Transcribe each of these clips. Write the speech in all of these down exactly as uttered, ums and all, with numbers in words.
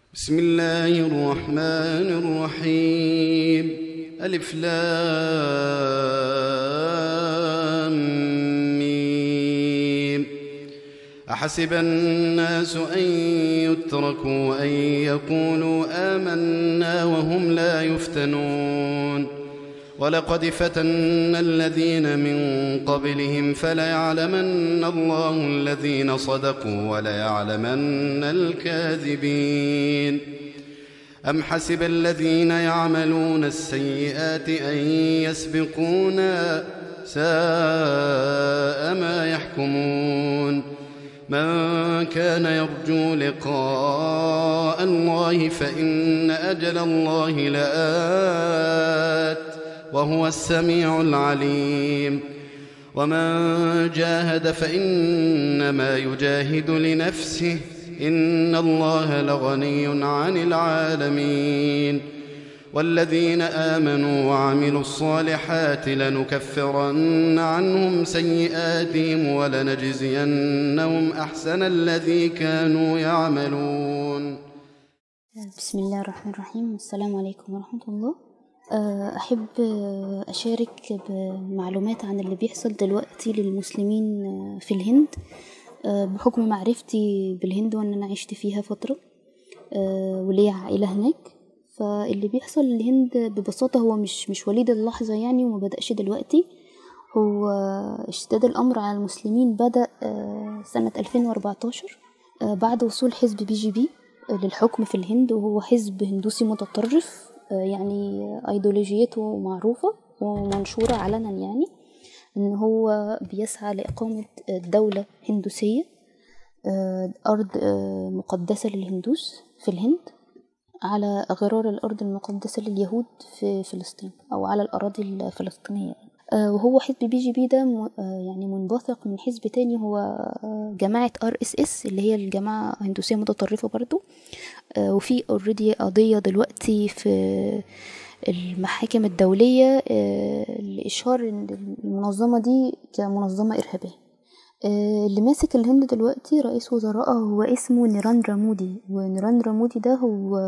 بسم الله الرحمن الرحيم. ألف لام ميم. أحسب الناس أن يتركوا أن يقولوا آمنا وهم لا يفتنون. ولقد فتنا الذين من قبلهم فليعلمن الله الذين صدقوا وليعلمن الكاذبين. أم حسب الذين يعملون السيئات أن يسبقونا ساء ما يحكمون. من كان يرجو لقاء الله فإن أجل الله لآت وهو السميع العليم. ومن جاهد فإنما يجاهد لنفسه إن الله لغني عن العالمين. والذين آمنوا وعملوا الصالحات لنكفرن عنهم سيئاتهم ولنجزينهم أحسن الذي كانوا يعملون. بسم الله الرحمن الرحيم. السلام عليكم ورحمة الله. أحب أشارك بمعلومات عن اللي بيحصل دلوقتي للمسلمين في الهند بحكم معرفتي بالهند وأن أنا عشت فيها فترة ولي عائلة هناك. فاللي بيحصل للهند ببساطة هو مش مش وليد اللحظة يعني، وما بدأش دلوقتي. هو اشتداد الأمر على المسلمين بدأ سنة ألفين وأربعتاشر بعد وصول حزب بي جي بي للحكم في الهند، وهو حزب هندوسي متطرف، يعني ايديولوجيته معروفة ومنشورة علنا، يعني ان هو بيسعى لإقامة دولة هندوسية، أرض مقدسة للهندوس في الهند على غرار الأرض المقدسة لليهود في فلسطين أو على الأراضي الفلسطينية. وهو حزب بي جي بي ده يعني منبثق من حزب تاني هو جماعة ار اس اس اللي هي الجماعة هندوسية متطرفة برضو. وفي اوريدي قضية دلوقتي في المحاكم الدولية لإشهار المنظمة دي كمنظمة إرهابية. اللي ماسك الهند دلوقتي رئيس وزراء هو اسمه نيراندرا مودي، ونيراندرا مودي ده هو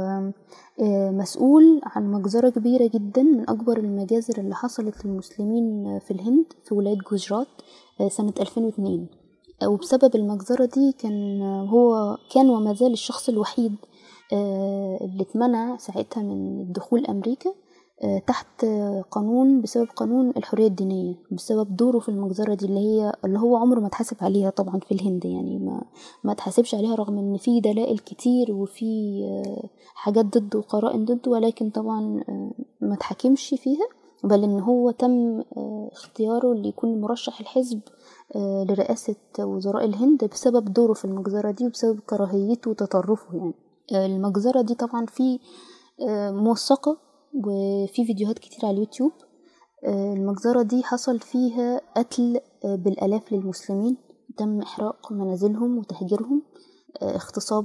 مسؤول عن مجزرة كبيرة جدا من أكبر المجازر اللي حصلت للمسلمين في الهند في ولاية جوجرات سنة ألفين واثنين. وبسبب المجزرة دي كان هو كان وما زال الشخص الوحيد اللي اتمنع ساعتها من الدخول أمريكا تحت قانون، بسبب قانون الحرية الدينية، بسبب دوره في المجزرة دي اللي هي اللي هو عمره ما اتحسب عليها طبعا في الهند، يعني ما ما اتحسبش عليها رغم ان في دلائل كتير وفي حاجات ضده وقرائن ضده، ولكن طبعا ما اتحكمش فيها، بل ان هو تم اختياره ليكون مرشح الحزب لرئاسة وزراء الهند بسبب دوره في المجزرة دي وبسبب كراهيته وتطرفه. يعني المجزرة دي طبعا في موثقة وفي فيديوهات كتير على اليوتيوب. المجزرة دي حصل فيها قتل بالآلاف للمسلمين، تم إحراق منازلهم وتهجيرهم، اغتصاب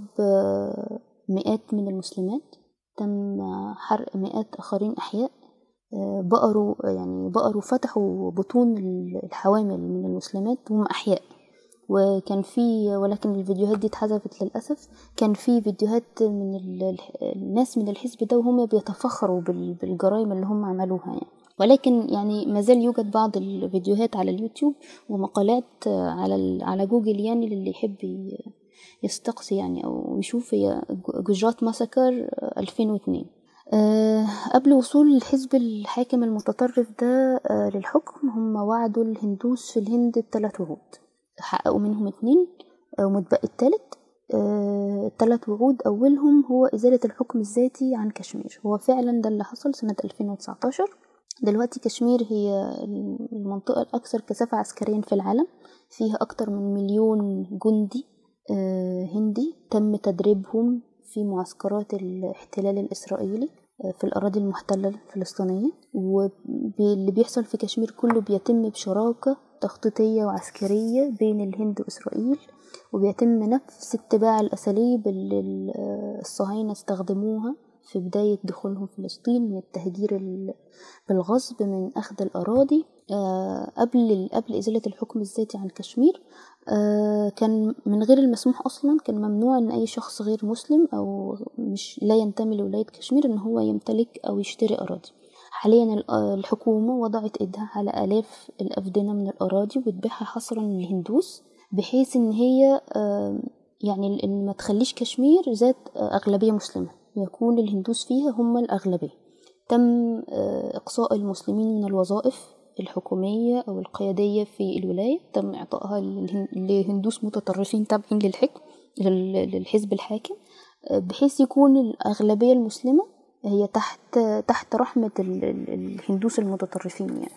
مئات من المسلمات، تم حرق مئات آخرين أحياء، بقروا يعني بقروا فتحوا بطون الحوامل من المسلمات وهم أحياء. وكان في ولكن الفيديوهات دي اتحذفت للأسف. كان في فيديوهات من الناس من الحزب ده وهم بيتفخروا بالجرائم اللي هم عملوها يعني، ولكن يعني مازال يوجد بعض الفيديوهات على اليوتيوب ومقالات على على جوجل، يعني للي يحب يستقصي يعني أو يشوف. هي جوجرات ماساكر ألفين واثنين. أه قبل وصول الحزب الحاكم المتطرف ده أه للحكم، هم وعدوا الهندوس في الهند بثلاث وعود، حققوا منهم اتنين ومتبقي التالت. أه التلات وعود أولهم هو إزالة الحكم الذاتي عن كشمير. هو فعلا ده اللي حصل سنة ألفين وتسعتاشر. دلوقتي كشمير هي المنطقة الأكثر كثافة عسكريا في العالم، فيها أكتر من مليون جندي أه هندي تم تدريبهم في معسكرات الاحتلال الإسرائيلي في الأراضي المحتلة الفلسطينية. واللي بيحصل في كشمير كله بيتم بشراكة تخطيطية وعسكرية بين الهند وإسرائيل، وبيتم نفس اتباع الأساليب اللي الصهاينة استخدموها في بداية دخولهم فلسطين، من التهجير بالغصب، من أخذ الأراضي قبل قبل إزالة الحكم الذاتي عن كشمير. كان من غير المسموح أصلا، كان ممنوع أن أي شخص غير مسلم أو مش لا ينتمي لولاية كشمير أن هو يمتلك أو يشتري أراضي. حاليا الحكومة وضعت إيدها على آلاف الأفدنة من الأراضي وبتبيعها حصرا للهندوس، بحيث إن هي يعني إن ما تخليش كشمير ذات أغلبية مسلمة، يكون الهندوس فيها هم الأغلبية. تم إقصاء المسلمين من الوظائف الحكومية أو القيادية في الولاية، تم إعطائها لهندوس متطرفين تابعين للحكم للحزب الحاكم، بحيث يكون الأغلبية المسلمة هي تحت تحت رحمة الهندوس المتطرفين يعني.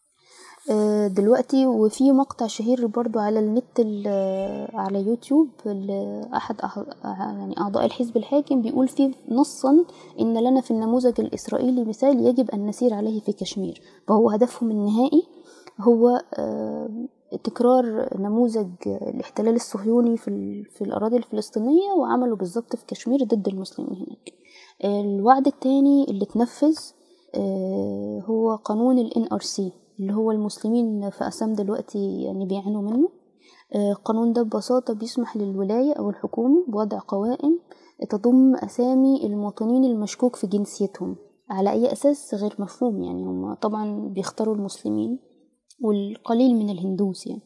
دلوقتي وفي مقطع شهير برضو على النت على يوتيوب لأحد يعني أعضاء الحزب الحاكم بيقول فيه نصا إن لنا في النموذج الإسرائيلي مثال يجب أن نسير عليه في كشمير. فهو هدفهم النهائي هو تكرار نموذج الاحتلال الصهيوني في في الأراضي الفلسطينية، وعملوا بالضبط في كشمير ضد المسلمين هناك. الوعد الثاني اللي تنفذ هو قانون ال إن آر سي اللي هو المسلمين في أسام دلوقتي يعني بيعانوا منه. القانون ده ببساطة بيسمح للولاية أو الحكومة بوضع قوائم تضم أسامي المواطنين المشكوك في جنسيتهم على أي أساس غير مفهوم، يعني هم طبعا بيختاروا المسلمين والقليل من الهندوس يعني.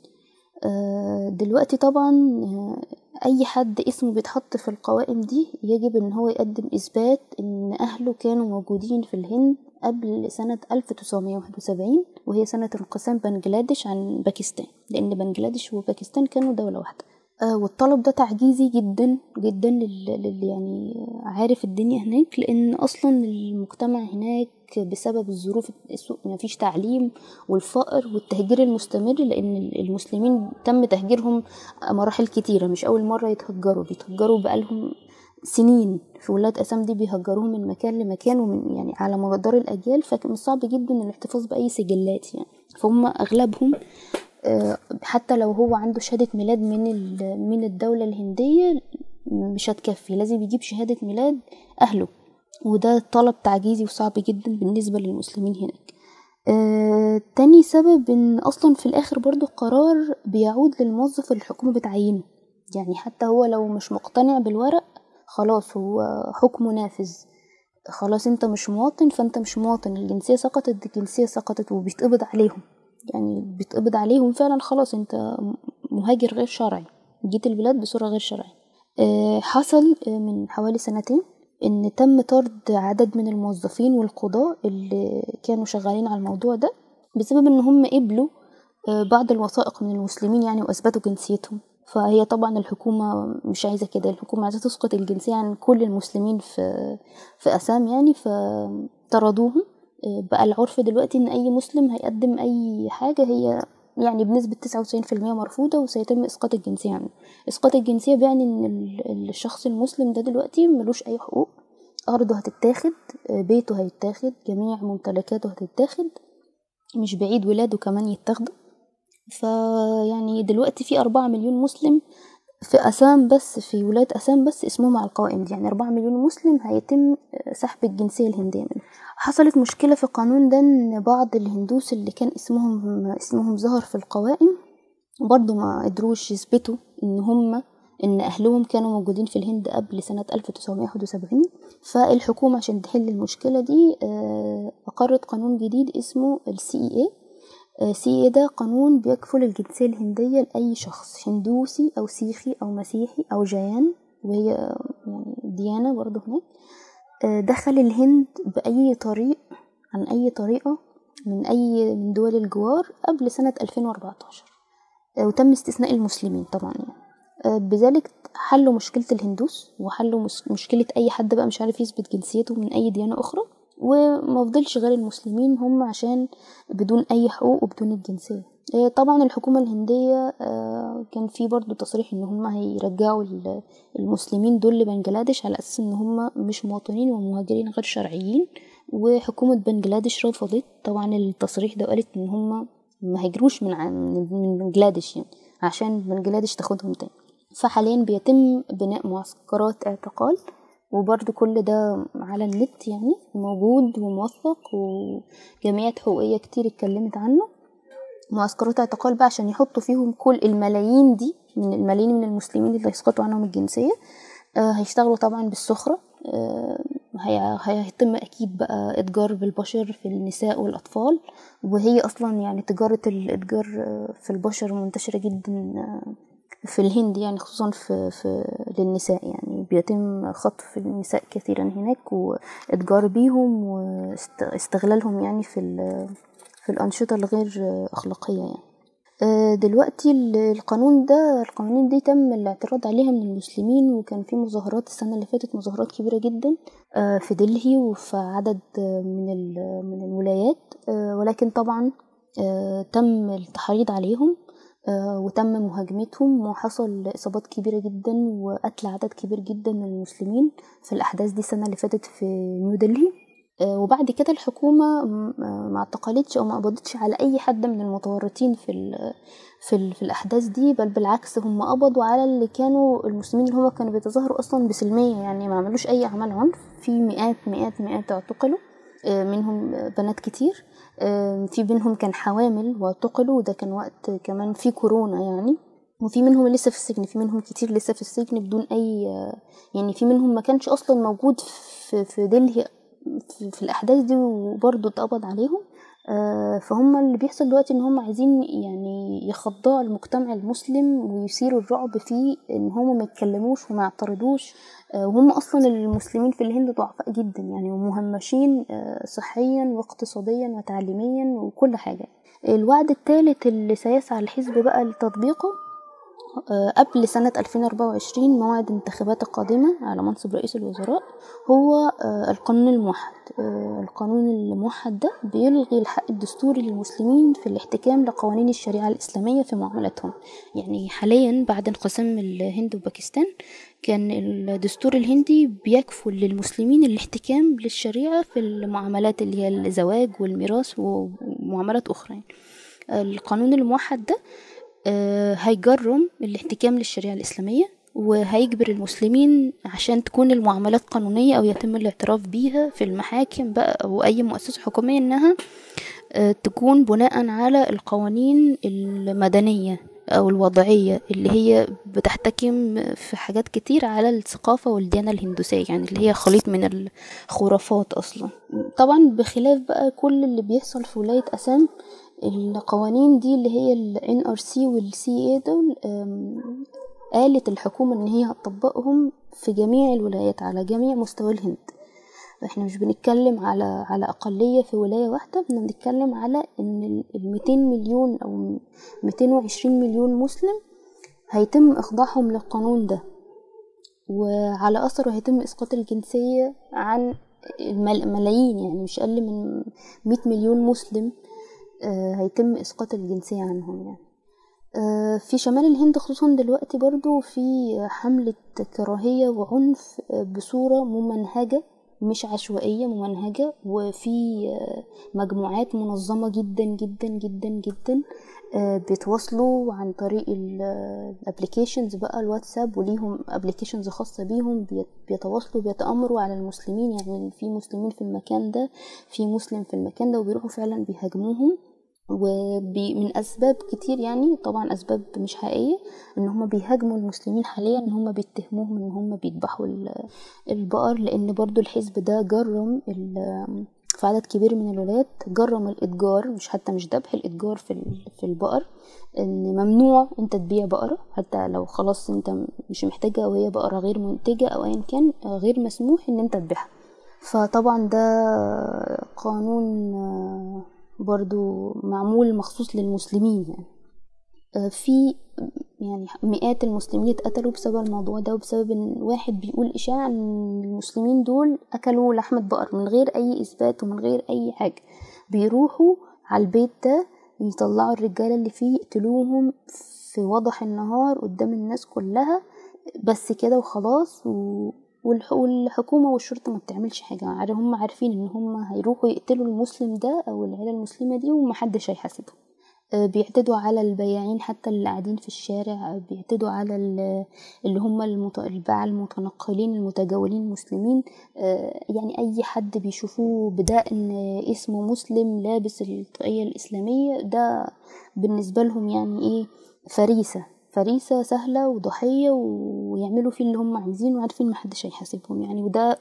دلوقتي طبعا أي حد اسمه بيتحط في القوائم دي يجب أن هو يقدم إثبات أن أهله كانوا موجودين في الهند قبل سنة ألف وتسعمائة وواحد وسبعين، وهي سنة انقسام بنجلاديش عن باكستان، لأن بنجلاديش وباكستان كانوا دولة واحدة. آه والطلب ده تعجيزي جدا جدا للي يعني عارف الدنيا هناك، لأن أصلا المجتمع هناك بسبب الظروف ما فيش تعليم والفقر والتهجير المستمر، لأن المسلمين تم تهجيرهم مراحل كتيرة، مش أول مرة يتهجروا، بيتهجروا بقالهم سنين في ولاية أسام دي، بيهجروهم من مكان لمكان ومن يعني على مدار الأجيال، فكان صعب جدا الاحتفاظ بأي سجلات يعني. فهم أغلبهم حتى لو هو عنده شهادة ميلاد من من الدولة الهندية مش هتكفي، لازم يجيب شهادة ميلاد أهله، وده طلب تعجيزي وصعب جدا بالنسبة للمسلمين هناك. آه، تاني سبب إن أصلا في الآخر برضو قرار بيعود للموظف اللي الحكومة بتعينه، يعني حتى هو لو مش مقتنع بالورق خلاص هو حكمه نافذ، خلاص انت مش مواطن فانت مش مواطن، الجنسية سقطت الجنسية سقطت وبيتقبض عليهم، يعني بيتقبض عليهم فعلا، خلاص انت مهاجر غير شرعي، جيت البلاد بصورة غير شرعية. أه حصل من حوالي سنتين ان تم طرد عدد من الموظفين والقضاء اللي كانوا شغالين على الموضوع ده بسبب ان هم قبلوا بعض الوثائق من المسلمين يعني واثبتوا جنسيتهم. فهي طبعا الحكومة مش عايزة كده، الحكومة عايزة تسقط الجنسية عن كل المسلمين في في أسام يعني، فطردوهم. بقى العرف دلوقتي ان اي مسلم هيقدم اي حاجة هي يعني بنسبة تسعة وتسعين في المية مرفوضة وسيتم اسقاط الجنسية عنه. اسقاط الجنسية بيعني ان الشخص المسلم ده دلوقتي ملوش اي حقوق، ارضه هتتاخد، بيته هيتاخد، جميع ممتلكاته هتتاخد، مش بعيد ولاده كمان يتاخدوا. فيعني دلوقتي في أربعة مليون مسلم في أسام بس، في ولاية أسام بس اسمهم على القوائم دي، يعني أربعة مليون مسلم هيتم سحب الجنسية الهندية منه. حصلت مشكلة في القانون ده ان بعض الهندوس اللي كان اسمهم اسمهم ظهر في القوائم برضو ما قدروش يثبتوا ان هم ان اهلهم كانوا موجودين في الهند قبل سنة ألف وتسعمائة وواحد وسبعين. فالحكومة عشان تحل المشكلة دي اقرت قانون جديد اسمه السي اي اي. سي اي ده قانون بيكفل الجنسية الهندية لأي شخص هندوسي أو سيخي أو مسيحي أو جيان، وهي يعني ديانة برضه هناك، دخل الهند بأي طريق عن أي طريقة من أي من دول الجوار قبل سنة ألفين وأربعة عشر، وتم استثناء المسلمين طبعا يعني. بذلك حلوا مشكلة الهندوس وحلوا مشكلة أي حد بقى مش عارف يثبت جنسيته من أي ديانة أخرى، وما فضلش غير المسلمين هم عشان بدون أي حقوق وبدون الجنسية. طبعا الحكومة الهندية كان في برضو تصريح ان هم هيرجعوا المسلمين دول لبنجلاديش على اساس ان هم مش مواطنين ومهاجرين غير شرعيين، وحكومة بنجلاديش رفضت طبعا التصريح ده وقالت ان هم ما هيجروش من من بنجلاديش يعني عشان بنجلاديش تاخدهم تاني. فحاليا بيتم بناء معسكرات اعتقال وبرضو كل ده على النت يعني موجود وموثق، وجمعيات حقوقية كتير اتكلمت عنه. معسكرات اعتقال بقى عشان يحطوا فيهم كل الملايين دي من الملايين من المسلمين اللي هيسقطوا عنهم الجنسية. آه هيشتغلوا طبعا بالسخرة. آه هيتم أكيد بقى إتجار بالبشر في النساء والأطفال، وهي أصلا يعني تجارة الإتجار في البشر منتشرة جدا في الهند يعني، خصوصا في, في للنساء يعني بيتم خطف النساء كثيرا هناك وإتجار بيهم واستغلالهم يعني في في الأنشطة الغير أخلاقية يعني. دلوقتي القانون ده القوانين دي تم الاعتراض عليها من المسلمين، وكان في مظاهرات السنة اللي فاتت، مظاهرات كبيرة جدا في دلهي وفي عدد من من الولايات، ولكن طبعا تم التحريض عليهم وتم مهاجمتهم، وحصل إصابات كبيرة جدا وقتل عدد كبير جدا من المسلمين في الأحداث دي السنة اللي فاتت في نيو دلهي. وبعد كده الحكومة ما اعتقلتش أو ما قبضتش على أي حد من المتورطين في ال في, ال في الأحداث دي، بل بالعكس هم قبضوا على اللي كانوا المسلمين اللي هم كانوا بيتظاهروا أصلا بسلمية يعني، ما عملوش أي أعمال عنف. في مئات مئات مئات اعتقلوا، منهم بنات كتير، في بينهم كان حوامل واعتقلوا، وده كان وقت كمان في كورونا يعني. وفي منهم لسه في السجن، في منهم كتير لسه في السجن بدون أي يعني، في منهم ما كانش أصلا موجود في, في دلهي في, في الأحداث دي وبرضو اتقبض عليهم. فهم اللي بيحصل دلوقتي ان هم عايزين يعني يخضعوا المجتمع المسلم ويثيروا الرعب فيه، ان هم ما يتكلموش وما يعترضوش، وهم اصلا المسلمين في الهند ضعفاء جدا يعني، ومهمشين صحيا واقتصاديا وتعليميا وكل حاجة. الوعد الثالث اللي سيسعى الحزب بقى لتطبيقه قبل سنة ألفين وأربعة وعشرين، موعد انتخابات القادمة على منصب رئيس الوزراء، هو القانون الموحد. القانون الموحد ده بيلغي الحق الدستوري للمسلمين في الاحتكام لقوانين الشريعة الإسلامية في معاملاتهم. يعني حاليا بعد انقسام الهند وباكستان، كان الدستور الهندي بيكفل للمسلمين الاحتكام للشريعة في المعاملات اللي هي الزواج والميراث ومعاملات أخرى. القانون الموحد ده هيجرم الاحتكام للشريعة الإسلامية، وهيجبر المسلمين عشان تكون المعاملات قانونية أو يتم الاعتراف بيها في المحاكم بقى أو أي مؤسسة حكومية، إنها تكون بناء على القوانين المدنية أو الوضعية اللي هي بتحتكم في حاجات كتير على الثقافة والديانة الهندوسية يعني، اللي هي خليط من الخرافات أصلا. طبعا بخلاف بقى كل اللي بيحصل في ولاية أسام، القوانين دي اللي هي ال إن آر سي وال سي إيه دول قالت الحكومة ان هي هتطبقهم في جميع الولايات على جميع مستوى الهند. احنا مش بنتكلم على على اقلية في ولاية واحدة، بنتكلم على ان ال مئتين مليون او مئتين وعشرين مليون مسلم هيتم اخضاعهم للقانون ده، وعلى اثره هيتم اسقاط الجنسية عن ملايين يعني، مش اقل من مئة مليون مسلم هيتم اسقاط الجنسية عنهم يعني. في شمال الهند خصوصا دلوقتي برضو في حملة كراهية وعنف بصورة ممنهجة مش عشوائية، ممنهجة، وفي مجموعات منظمة جدا جدا جدا جدا بيتواصلوا عن طريق الابليكيشنز بقى الواتساب، وليهم ابليكيشنز خاصة بيهم، بيتواصلوا بيتأمروا على المسلمين يعني، في مسلمين في المكان ده، في مسلم في المكان ده، وبيروحوا فعلا بيهاجموهم ومن أسباب كتير يعني، طبعا أسباب مش حقيقية، إن هم بيهاجموا المسلمين حاليا، إن هم بيتهموهم إن هم بيذبحوا البقر، لأن برضو الحزب ده جرم في عدد كبير من الولايات، جرم الإتجار، مش حتى مش ذبح، الإتجار في في البقر، إن ممنوع أنت تبيع بقرة حتى لو خلاص أنت مش محتاجة، أو هي بقرة غير منتجة أو أيا كان، غير مسموح إن أنت تبيعها. فطبعا ده قانون برضو معمول مخصوص للمسلمين يعني. في يعني مئات المسلمين اتقتلوا بسبب الموضوع ده، وبسبب ان واحد بيقول اشاعة ان المسلمين دول اكلوا لحمة بقر من غير اي اثبات ومن غير اي حاجة، بيروحوا على البيت ده يطلعوا الرجالة اللي فيه يقتلوهم في وضح النهار قدام الناس كلها، بس كده وخلاص. و والحكومة والشرطة ما بتعملش حاجة، هم عارفين ان هم هيروحوا يقتلوا المسلم ده او العيلة المسلمة دي ومحدش هيحاسبهم. بيعتدوا على البياعين حتى اللي قاعدين في الشارع، بيعتدوا على اللي هم الباعة المتنقلين المتجولين المسلمين. يعني أي حد بيشوفوه بداء إن اسمه مسلم لابس الطاقية الإسلامية ده بالنسبة لهم يعني إيه، فريسة فريسة سهلة وضحية، ويعملوا فيه اللي هم عايزين وعارفين محدش هيحاسبهم يعني. وده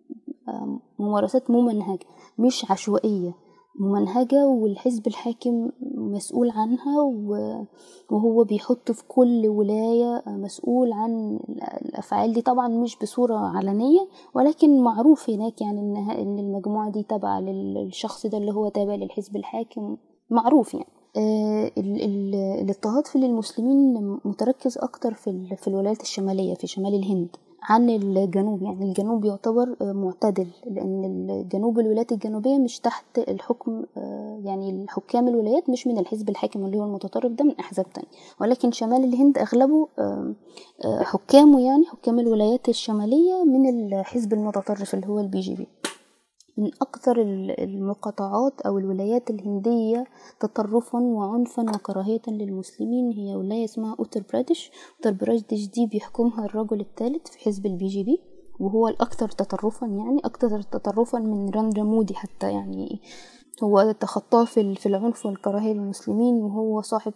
ممارسات ممنهجة مش عشوائية، ممنهجة، والحزب الحاكم مسؤول عنها، وهو بيحط في كل ولاية مسؤول عن الأفعال دي، طبعا مش بصورة علنية ولكن معروف هناك يعني إن المجموعة دي تابعة للشخص ده اللي هو تابع للحزب الحاكم، معروف يعني. الاضطهاد في للمسلمين متركز أكتر في في الولايات الشمالية في شمال الهند عن الجنوب. يعني الجنوب يعتبر معتدل، لأن الجنوب الولايات الجنوبية مش تحت الحكم، يعني الحكام الولايات مش من الحزب الحاكم اللي هو المتطرف ده، من أحزاب تانية. ولكن شمال الهند أغلبه حكامه يعني حكام الولايات الشمالية من الحزب المتطرف اللي هو البي جي بي. من أكثر المقاطعات أو الولايات الهندية تطرفا وعنفا وكراهية للمسلمين هي ولاية اسمها أوتر براديش. أوتر براديش دي بيحكمها الرجل الثالث في حزب البي جي بي، وهو الأكثر تطرفا، يعني أكثر تطرفا من ناريندرا مودي حتى. يعني هو تخطاه في العنف والكراهية للمسلمين، وهو صاحب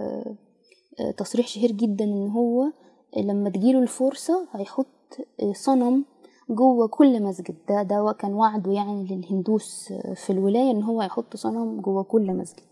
تصريح شهير جدا إن هو لما تجيله الفرصة هيحط صنم جوه كل مسجد. ده ده كان وعده يعني للهندوس في الولاية ان هو يحط صنم جوه كل مسجد.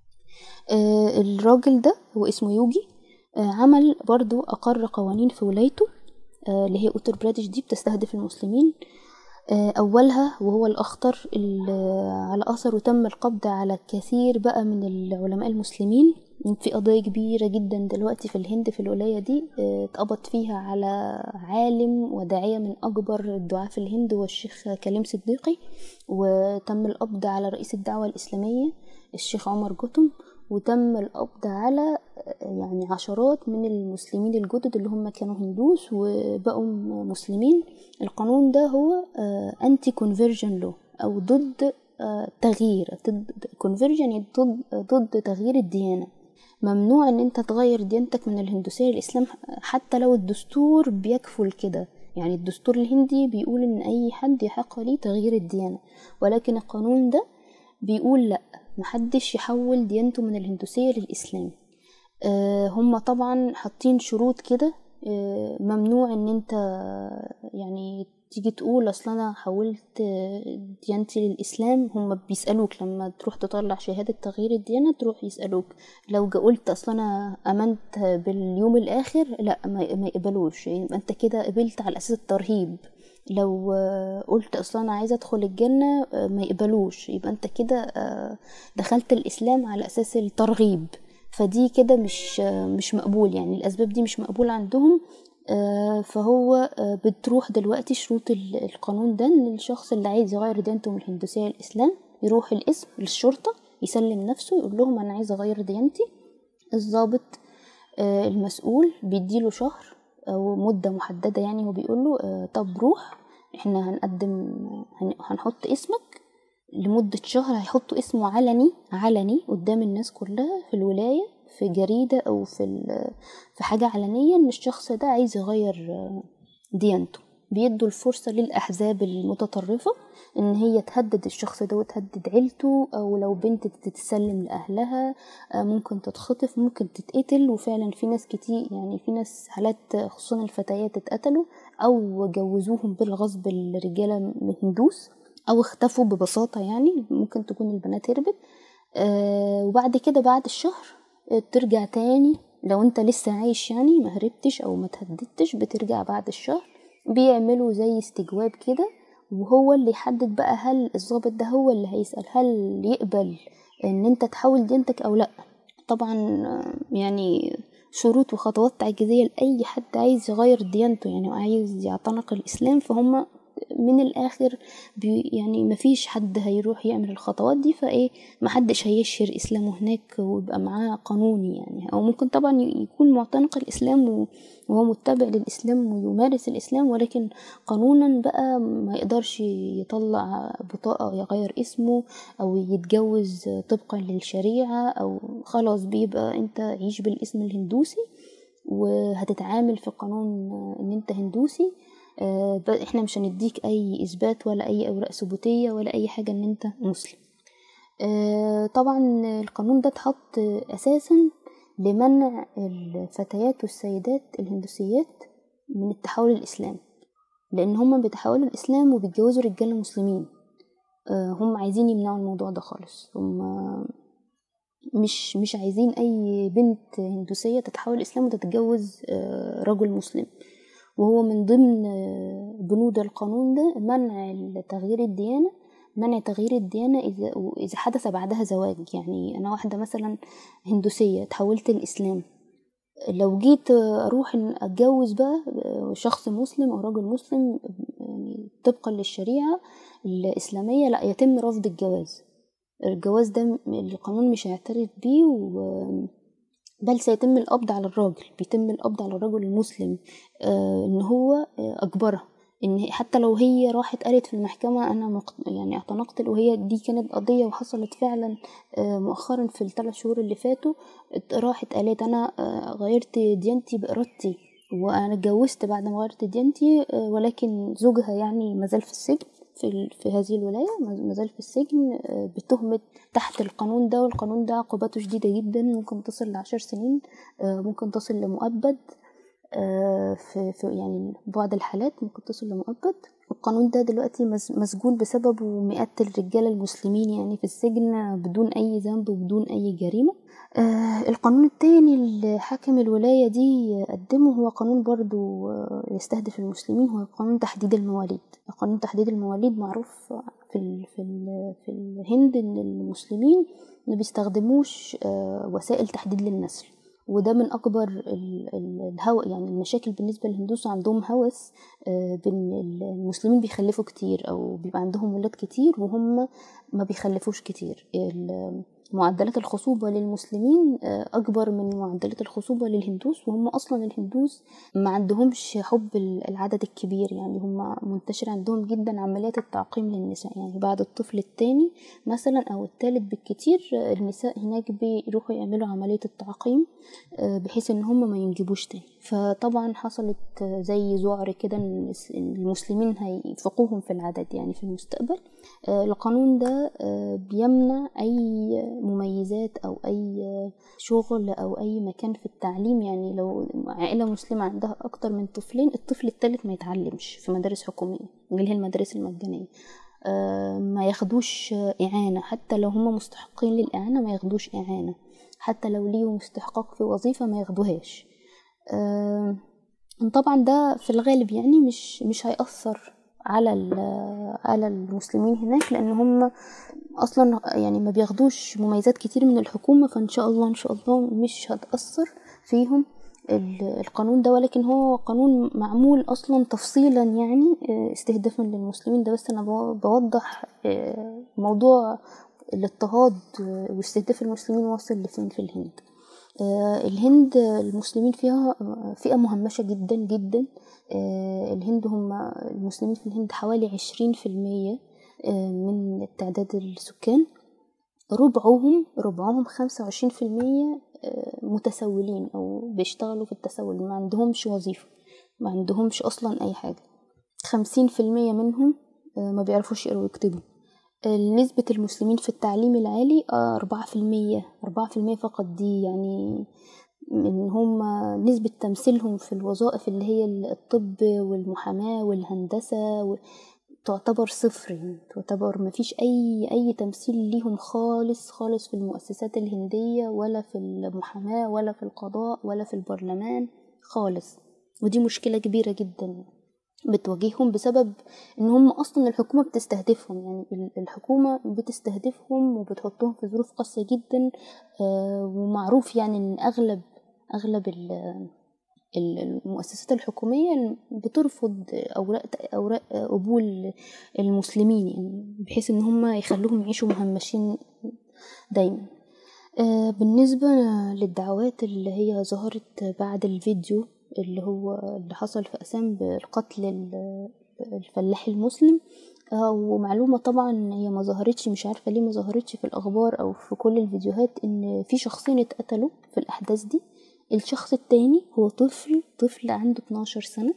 آه الراجل ده هو اسمه يوجي، آه عمل برضو اقر قوانين في ولايته آه اللي هي اوتر براديش دي بتستهدف المسلمين. آه اولها وهو الاخطر على اثره تم القبض على كثير بقى من العلماء المسلمين في قضية كبيرة جدا دلوقتي في الهند في الولاية دي. اتقبض فيها على عالم وداعية من أكبر الدعاة في الهند والشيخ كليم صديقي، وتم القبض على رئيس الدعوة الإسلامية الشيخ عمر جوتم، وتم القبض على يعني عشرات من المسلمين الجدد اللي هم كانوا هندوس وبقوا مسلمين. القانون ده هو أنتي كونفرجن لو أو ضد تغيير، ضد كونفرجن، ضد ضد تغيير الديانة. ممنوع ان انت تغير ديانتك من الهندوسية للإسلام حتى لو الدستور بيكفل كده. يعني الدستور الهندي بيقول ان اي حد يحق ليه تغيير الديانة، ولكن القانون ده بيقول لا، محدش يحول ديانته من الهندوسية للإسلام. آه هم طبعا حاطين شروط كده، آه ممنوع ان انت يعني تيجي تقول اصلا انا حولت ديانتي للاسلام. هم بيسالوك لما تروح تطلع شهاده تغيير الديانه، تروح يسالوك لو قلت اصلا انا امنت باليوم الاخر، لا ما يقبلوش، يبقى انت كده قبلت على اساس الترهيب. لو قلت اصلا انا عايزه ادخل الجنه، ما يقبلوش، يبقى انت كده دخلت الاسلام على اساس الترغيب. فدي كده مش مش مقبول، يعني الاسباب دي مش مقبول عندهم. فهو بتروح دلوقتي شروط القانون ده ان الشخص اللي عايز يغير ديانته من الهندوسية للإسلام يروح القسم للشرطة، يسلم نفسه، يقول لهم انا عايز اغير ديانتي. الضابط المسؤول بيديله شهر او مدة محددة، يعني هو بيقول له طب روح احنا هنقدم هنحط اسمك لمدة شهر. هيحطوا اسمه علني علني قدام الناس كلها في الولاية، في جريدة أو في في حاجة علنية، إن الشخص ده عايز يغير ديانته. بيدوا الفرصة للأحزاب المتطرفة إن هي تهدد الشخص ده وتهدد عيلته، أو لو بنت تتسلم لأهلها ممكن تتخطف، ممكن تتقتل. وفعلا في ناس كتير، يعني في ناس حالات خصوصا الفتيات اتقتلوا أو جوزوهم بالغصب الرجالة من هندوس، أو اختفوا ببساطة، يعني ممكن تكون البنات هربت. أه وبعد كده بعد الشهر ترجع تاني، لو انت لسه عايش يعني ما هربتش او ما تهددتش، بترجع بعد الشهر. بيعملوا زي استجواب كده، وهو اللي يحدد بقى هل الضابط ده هو اللي هيسأل هل يقبل ان انت تحول دينتك او لا. طبعا يعني شروط وخطوات تعجيزية لأي حد عايز يغير ديانته، يعني عايز يعتنق الإسلام، فهم من الآخر يعني مفيش حد هيروح يعمل الخطوات دي، فإيه محدش هيشهر إسلامه هناك ويبقى معاه قانوني يعني. أو ممكن طبعا يكون معتنق الإسلام وهو متبع للإسلام ويمارس الإسلام، ولكن قانونا بقى ما يقدرش يطلع بطاقة يغير اسمه أو يتجوز طبقا للشريعة، أو خلاص بيبقى أنت عيش بالاسم الهندوسي وهتتعامل في قانون ان انت هندوسي. اه احنا مش هنديك اي اثبات ولا اي اوراق ثبوتيه ولا اي حاجه ان انت مسلم. اه طبعا القانون ده اتحط اساسا لمنع الفتيات والسيدات الهندوسيات من التحول الاسلامي، لان هم بيتحولوا الاسلام وبيتجوزوا رجاله مسلمين. اه هم عايزين يمنعوا الموضوع ده خالص. هم مش مش عايزين اي بنت هندوسية تتحول الاسلام وتتجوز رجل مسلم. وهو من ضمن بنود القانون ده منع تغيير الديانة، منع تغيير الديانة إذا إذا حدث بعدها زواج. يعني أنا واحدة مثلا هندوسية تحولت الإسلام، لو جيت أروح أتجوز بقى شخص مسلم أو رجل مسلم يعني طبقا للشريعة الإسلامية، لا يتم رفض الجواز. الجواز ده القانون مش هيعترف بيه، بل سيتم القبض على الراجل، بيتم القبض على الرجل المسلم آه ان هو آه اجبرها ان حتى لو هي راحت قالت في المحكمة انا مق... يعني اعتنقت، وهي دي كانت قضية وحصلت فعلا آه مؤخرا في الثلاث شهور اللي فاتوا، راحت قالت انا آه غيرت ديانتي بإرادتي وانا اتجوزت بعد ما غيرت ديانتي، آه ولكن زوجها يعني مازال في السجن في في هذه الولاية، مازال في السجن بتهمة تحت القانون ده. والقانون ده عقوباته شديدة جدا، ممكن تصل لعشر سنين، ممكن تصل لمؤبد في, في يعني بعض الحالات ممكن تصل لمؤبد. القانون ده دلوقتي مسجون بسببه مئات الرجال المسلمين يعني في السجن بدون أي ذنب وبدون أي جريمة. آه القانون التاني اللي حاكم الولاية دي قدمه هو قانون برضو يستهدف المسلمين، هو قانون تحديد المواليد. قانون تحديد المواليد معروف في ال في ال في الهند ان المسلمين ما بيستخدموش آه وسائل تحديد للنسل، وده من اكبر الهو يعني المشاكل بالنسبه للهندوس. عندهم هوس آه بين المسلمين بيخلفوا كتير او بيبقى عندهم ولاد كتير وهم ما بيخلفوش كتير. معدلات الخصوبة للمسلمين أكبر من معدلات الخصوبة للهندوس، وهم أصلا الهندوس ما عندهمش حب العدد الكبير، يعني هم منتشر عندهم جدا عمليات التعقيم للنساء. يعني بعد الطفل الثاني مثلا أو الثالث بالكتير النساء هناك بيروحوا يعملوا عملية التعقيم بحيث ان هم ما ينجبوش تاني. فطبعا حصلت زي ذعر كده ان المسلمين هيفقوهم في العدد يعني في المستقبل. القانون ده بيمنع اي مميزات او اي شغل او اي مكان في التعليم. يعني لو عائلة مسلمة عندها اكتر من طفلين، الطفل الثالث ما يتعلمش في مدارس حكومية اللي هي المدارس المجانية، ما ياخدوش إعانة حتى لو هم مستحقين للإعانة، ما ياخدوش إعانة حتى لو ليهم استحقاق في وظيفة ما ياخدوهاش. طبعا ده في الغالب يعني مش مش هيأثر على على المسلمين هناك، لأن هم أصلا يعني ما بياخدوش مميزات كتير من الحكومة، فإن شاء الله إن شاء الله مش هتأثر فيهم القانون ده. ولكن هو قانون معمول أصلا تفصيلا يعني استهدافا للمسلمين ده. بس أنا بوضح موضوع الاضطهاد واستهداف المسلمين واصل لفين في الهند. الهند المسلمين فيها فئة مهمشة جدا جدا. الهند هم المسلمين في الهند حوالي عشرين في المية من تعداد السكان، ربعهم ربعهم خمسة وعشرين في المية متسولين أو بيشتغلوا في التسول، ما عندهمش وظيفة، ما عندهمش أصلا أي حاجة. خمسين في المية منهم ما بيعرفوش يقروا ويكتبوا. نسبة المسلمين في التعليم العالي أربعة في المية أربعة في المية فقط. دي يعني إن هم نسبة تمثيلهم في الوظائف اللي هي الطب والمحاماة والهندسة تعتبر صفر، يعني تعتبر ما فيش أي أي تمثيل ليهم خالص خالص في المؤسسات الهندية ولا في المحاماة ولا في القضاء ولا في البرلمان خالص. ودي مشكلة كبيرة جدا بتواجههم بسبب ان هم اصلا الحكومة بتستهدفهم، يعني الحكومة بتستهدفهم وبتحطهم في ظروف قاسية جدا. ومعروف يعني ان اغلب اغلب المؤسسات الحكومية بترفض أوراق أوراق قبول المسلمين، يعني بحيث إن هم يخلوهم يعيشوا مهمشين دايما. بالنسبة للدعوات اللي هي ظهرت بعد الفيديو اللي هو اللي حصل في أسام بالقتل الفلاح المسلم، ومعلومة طبعا هي ما ظهرتش، مش عارفة ليه ما ظهرتش في الأخبار أو في كل الفيديوهات، إن في شخصين اتقتلوا في الأحداث دي. الشخص التاني هو طفل طفل عنده اتناشر سنة،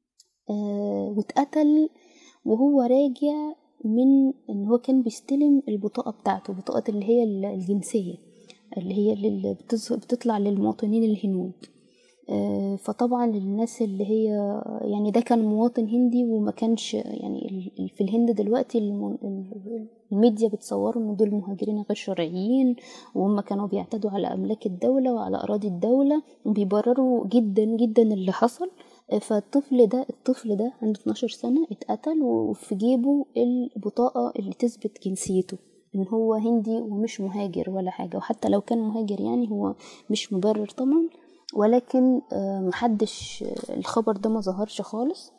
آه واتقتل وهو راجع من إن هو كان بيستلم البطاقة بتاعته، بطاقة اللي هي الجنسية اللي هي اللي بتطلع للمواطنين الهنود. آه فطبعا الناس اللي هي يعني ده كان مواطن هندي، وما كانش يعني في الهند دلوقتي الميديا بتصوروا ان دول مهاجرين غير شرعيين، وهم كانوا بيعتدوا على املاك الدولة وعلى اراضي الدولة، وبيبرروا جدا جدا اللي حصل. فالطفل ده الطفل ده عنده اتناشر سنة اتقتل، وفي جيبه البطاقة اللي تثبت جنسيته ان هو هندي ومش مهاجر ولا حاجة. وحتى لو كان مهاجر يعني هو مش مبرر طبعا، ولكن محدش الخبر ده ما ظهرش خالص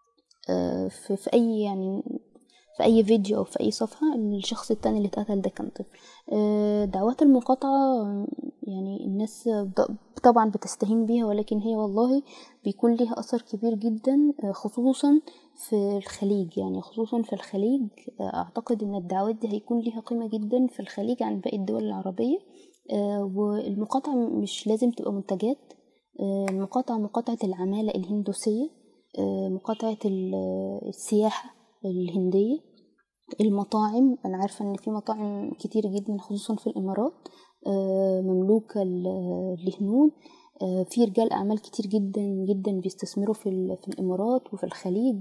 في اي يعني في اي فيديو او في اي صفحة. الشخص التاني اللي اتقتل ده كان طفل. دعوات المقاطعة يعني الناس طبعا بتستهين بيها، ولكن هي والله بيكون ليها اثر كبير جدا، خصوصا في الخليج. يعني خصوصا في الخليج اعتقد ان الدعوات دي هيكون ليها قيمة جدا في الخليج عن باقي الدول العربية. والمقاطعة مش لازم تبقى منتجات، المقاطعة مقاطعة العمالة الهندوسية، مقاطعة السياحة الهندية، المطاعم. أنا عارفة أن في مطاعم كتير جدا خصوصا في الإمارات مملوكة للهنود، في رجال أعمال كتير جدا جدا بيستثمروا في, في الإمارات وفي الخليج.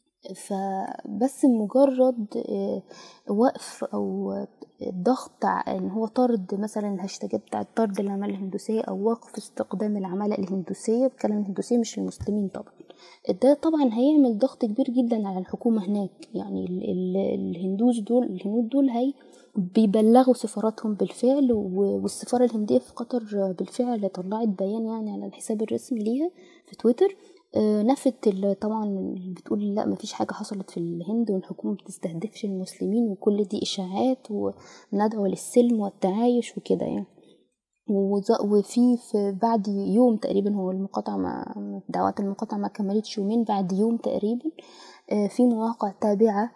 فبس مجرد وقف أو ضغط ان هو طرد مثلا الهاشتاج بتاع طرد العمالة الهندوسية او وقف استخدام العمالة الهندوسية، بكلام الهندوسية مش المسلمين طبعا، ده طبعا هيعمل ضغط كبير جدا على الحكومة هناك. يعني ال ال الهندوس دول الهنود دول هي بيبلغوا سفاراتهم بالفعل، والسفارة الهندية في قطر بالفعل طلعت بيان يعني على الحساب الرسمي ليها في تويتر نفت طبعا بتقول لا مفيش حاجة حصلت في الهند، والحكومة بتستهدفش المسلمين، وكل دي إشاعات، وندعو للسلم والتعايش وكده يعني. وفي في بعد يوم تقريبا، هو المقاطعة مع دعوات المقاطعة ما كملتش يومين، بعد يوم تقريبا في مواقع تابعة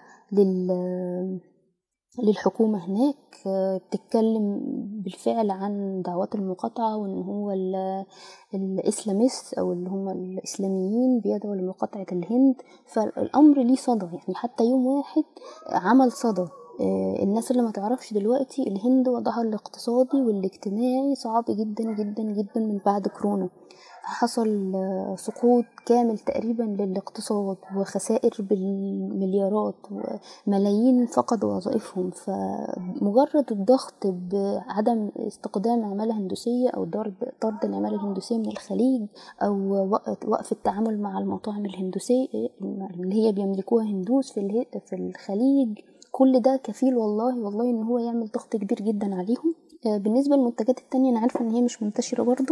لل للحكومة هناك بتتكلم بالفعل عن دعوات المقاطعة، وان هو الاسلاميست او اللي هم الاسلاميين بيدعوا لمقاطعة الهند. فالامر ليه صدى، يعني حتى يوم واحد عمل صدى. الناس اللي ما تعرفش دلوقتي الهند وضعها الاقتصادي والاجتماعي صعب جدا جدا جدا من بعد كورونا، حصل سقوط كامل تقريبا للاقتصاد وخسائر بالمليارات وملايين فقدوا وظائفهم. فمجرد الضغط بعدم استخدام عمالة هندوسية او طرد العمالة الهندوسية من الخليج او وقف التعامل مع المطاعم الهندوسية اللي هي بيملكوها هندوس في الخليج، كل ده كفيل والله والله ان هو يعمل ضغط كبير جدا عليهم. بالنسبة للمنتجات التانية أنا عارفة إن هي مش منتشرة برضو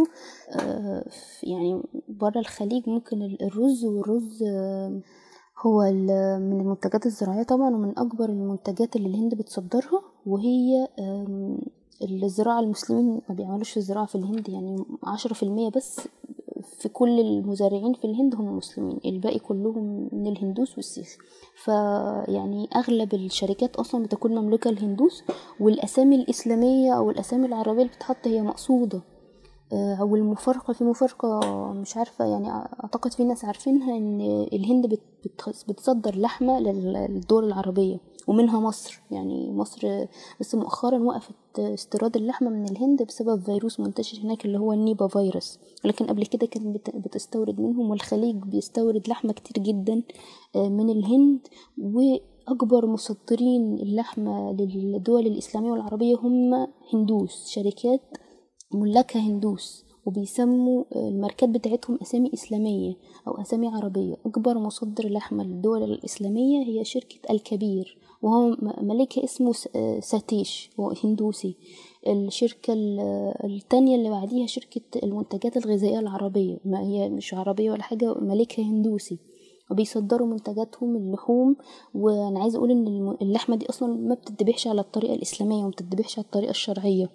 يعني برا الخليج. ممكن الرز، والرز هو من المنتجات الزراعية طبعا، ومن أكبر المنتجات اللي الهند بتصدرها. وهي الزراعة المسلمين ما بيعملوش الزراعة في الهند، يعني عشرة في المية بس في كل المزارعين في الهند هم مسلمين، الباقي كلهم من الهندوس والسيخ. فيعني أغلب الشركات أصلا بتكون مملوكة الهندوس، والأسامي الإسلامية أو الأسامي العربية اللي بتتحط هي مقصودة. أو المفارقة في مفارقة مش عارفة يعني أعتقد في ناس عارفينها، إن الهند بتصدر لحمة للدول العربية ومنها مصر. يعني مصر بس مؤخرا وقفت استيراد اللحمة من الهند بسبب فيروس منتشر هناك اللي هو النيبا فيروس، لكن قبل كده كانت بتستورد منهم. والخليج بيستورد لحمة كتير جدا من الهند، وأكبر مصدرين اللحمة للدول الإسلامية والعربية هم هندوس، شركات ملاكها هندوس، وبيسموا الماركات بتاعتهم أسامي إسلامية أو أسامي عربية. أكبر مصدر لحمة للدول الإسلامية هي شركة الكبير، وهو ملكها اسمه ساتيش، هو هندوسي. الشركة التانية اللي بعديها شركة المنتجات الغذائية العربية، ما هي مش عربية ولا حاجة، مالكها هندوسي، وبيصدروا منتجاتهم اللحوم. وانا عايزه اقول ان اللحمه دي اصلا ما بتتذبحش على الطريقه الاسلاميه وما بتتذبحش على الطريقه الشرعيه.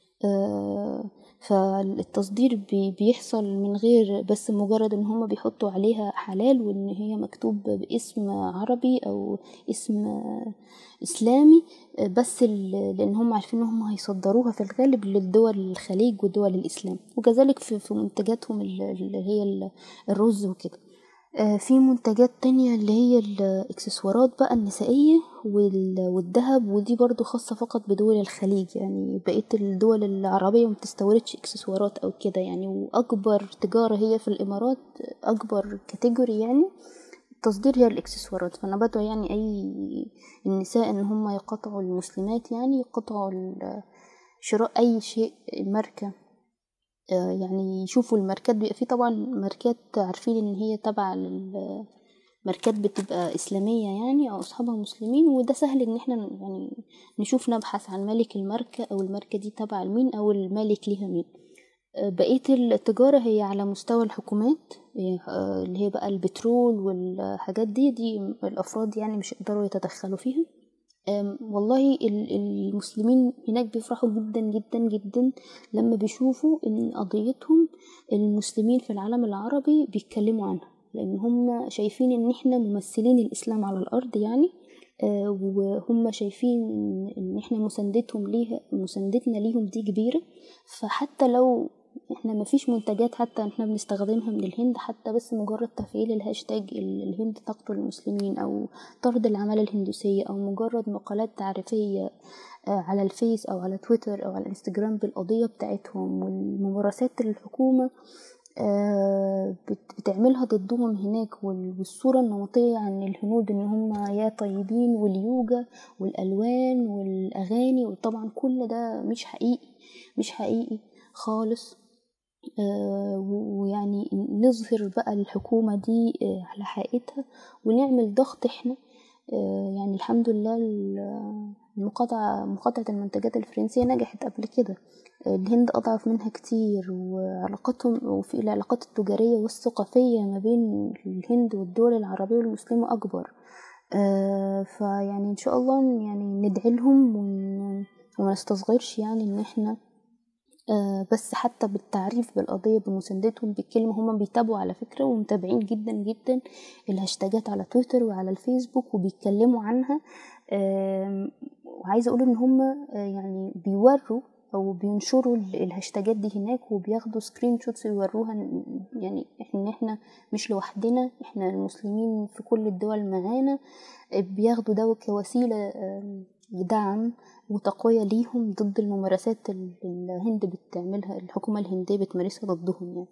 آه فالتصدير بي بيحصل من غير بس مجرد ان هم بيحطوا عليها حلال وان هي مكتوب باسم عربي او اسم اسلامي، بس لان هم عارفين ان هم هيصدروها في الغالب للدول الخليج ودول الاسلام، وكذلك في, في منتجاتهم اللي هي الرز وكده. في منتجات تانية اللي هي الاكسسوارات بقى النسائية والذهب، ودي برضو خاصة فقط بدول الخليج، يعني بقية الدول العربية متستوردش اكسسوارات او كده يعني. واكبر تجارة هي في الامارات، اكبر كاتيجوري يعني التصدير هي الاكسسوارات. فانا بدعو يعني اي النساء ان هم يقطعوا المسلمات، يعني يقطعوا شراء اي شيء ماركة، يعني يشوفوا الماركات. بيبقى فيه طبعا ماركات عارفين ان هي تبع ماركات بتبقى اسلامية يعني او اصحابها مسلمين، وده سهل ان احنا يعني نشوف نبحث عن مالك الماركة او الماركة دي تبع لمين او المالك ليها مين. بقية التجارة هي على مستوى الحكومات اللي هي بقى البترول والحاجات دي دي الافراد يعني مش يقدروا يتدخلوا فيها. والله المسلمين هناك بيفرحوا جدا جدا جدا لما بيشوفوا ان قضيتهم المسلمين في العالم العربي بيتكلموا عنها، لان هم شايفين ان احنا ممثلين الاسلام على الارض يعني. وهم شايفين ان احنا مساندتهم ليها مساندتنا ليهم دي كبيرة. فحتى لو احنا ما فيش منتجات حتى احنا بنستخدمها من الهند، حتى بس مجرد تفعيل الهاشتاج الهند تقتل المسلمين او طرد العمالة الهندوسية او مجرد مقالات تعريفية على الفيس او على تويتر او على الانستجرام بالقضية بتاعتهم والممارسات الحكومة بتعملها ضدهم هناك، والصورة النمطية عن الهنود ان هم يا طيبين واليوجا والالوان والاغاني، وطبعا كل ده مش حقيقي مش حقيقي خالص. آه ويعني نظهر بقى الحكومة دي آه على حقيقتها ونعمل ضغط احنا. آه يعني الحمد لله المقاطعة مقاطعة المنتجات الفرنسية نجحت قبل كده، الهند أضعف منها كتير، وعلاقتهم وفي العلاقات التجارية والثقافية ما بين الهند والدول العربية والمسلمة أكبر. آه فيعني إن شاء الله يعني ندعي لهم وما نستصغرش يعني إن إحنا آه بس حتى بالتعريف بالقضية بمساندتهم بالكلمة. هم بيتابعوا على فكرة ومتابعين جدا جدا الهاشتاجات على تويتر وعلى الفيسبوك وبيتكلموا عنها. آه وعايزة أقول إن هم آه يعني بيوروا أو بينشروا الهاشتاجات دي هناك وبياخدوا سكرين شوتس ويوروها يعني إن إحنا مش لوحدنا، إحنا المسلمين في كل الدول معانا. بياخدوا ده كوسيلة آه دعم وتقوية ليهم ضد الممارسات اللي الهند بتعملها، الحكومة الهندية بتمارسها ضدهم يعني.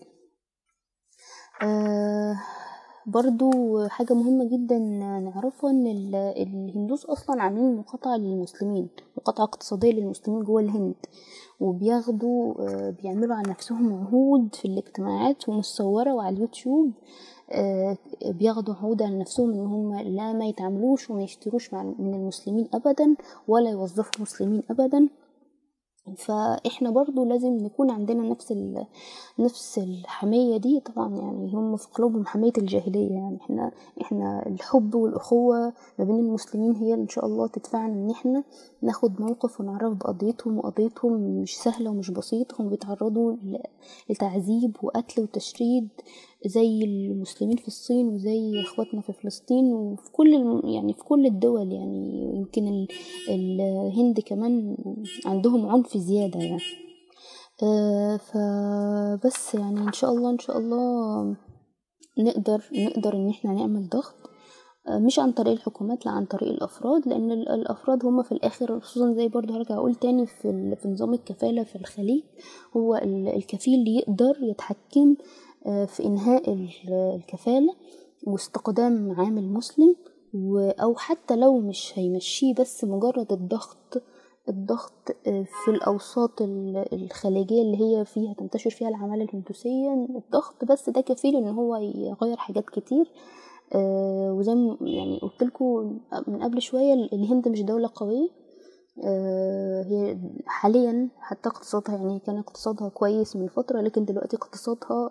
آه برضو حاجة مهمة جدا نعرفها ان الهندوس اصلا عاملين مقاطعة للمسلمين، مقاطعة اقتصادية للمسلمين جوه الهند، وبياخدوا آه بيعملوا عن نفسهم عهود في الاجتماعات ومصورة وعلى اليوتيوب. آه بياخدوا عهود على نفسهم ان هم لا ما يتعاملوش وما يشتروش من المسلمين ابدا ولا يوظفوا مسلمين ابدا. فاحنا برضو لازم نكون عندنا نفس نفس الحمية دي. طبعا يعني هم في قلوبهم حمية الجاهلية، يعني احنا احنا الحب والاخوة ما بين المسلمين هي ان شاء الله تدفعنا ان احنا ناخد موقف ونعرف بقضيتهم، وقضيتهم مش سهلة ومش بسيطة. هم بيتعرضوا لتعذيب وقتل وتشريد زي المسلمين في الصين وزي اخواتنا في فلسطين وفي كل يعني في كل الدول يعني. يمكن الهند كمان عندهم عنف زيادة يعني. آه فبس يعني ان شاء الله ان شاء الله نقدر نقدر ان احنا نعمل ضغط، آه مش عن طريق الحكومات، لا عن طريق الافراد، لان الافراد هم في الاخر خصوصا زي برضه هرجع اقول تاني في, في نظام الكفالة في الخليج، هو الكفيل اللي يقدر يتحكم آه في انهاء الكفالة واستقدام عامل مسلم، او حتى لو مش هيمشيه بس مجرد الضغط الضغط في الأوساط الخليجية اللي هي فيها تنتشر فيها العمالة الهندوسية. الضغط بس ده كفيل ان هو يغير حاجات كتير. وزي يعني قلت لكم من قبل شوية الهند مش دولة قوية، هي حاليا حتى اقتصادها يعني كان اقتصادها كويس من فترة، لكن دلوقتي اقتصادها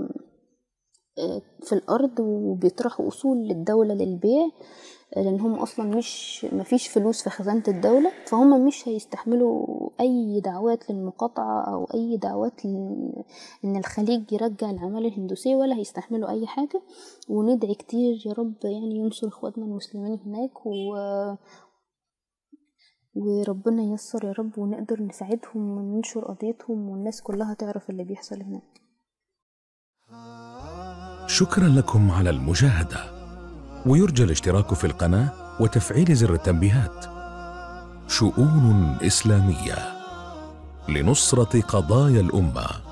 في الأرض، وبيطرحوا أصول للدولة للبيع، لأنهم أصلا مش مفيش فلوس في خزانة الدولة، فهم مش هيستحملوا أي دعوات للمقاطعة أو أي دعوات إن الخليج يرجع العمالة الهندوسية، ولا هيستحملوا أي حاجة. وندعي كتير يا رب يعني ينصر إخواتنا المسلمين هناك، و وربنا ييسر يا رب، ونقدر نساعدهم وننشر قضيتهم، والناس كلها تعرف اللي بيحصل هناك. شكرا لكم على المشاهدة، ويرجى الاشتراك في القناة وتفعيل زر التنبيهات. شؤون إسلامية لنصرة قضايا الأمة.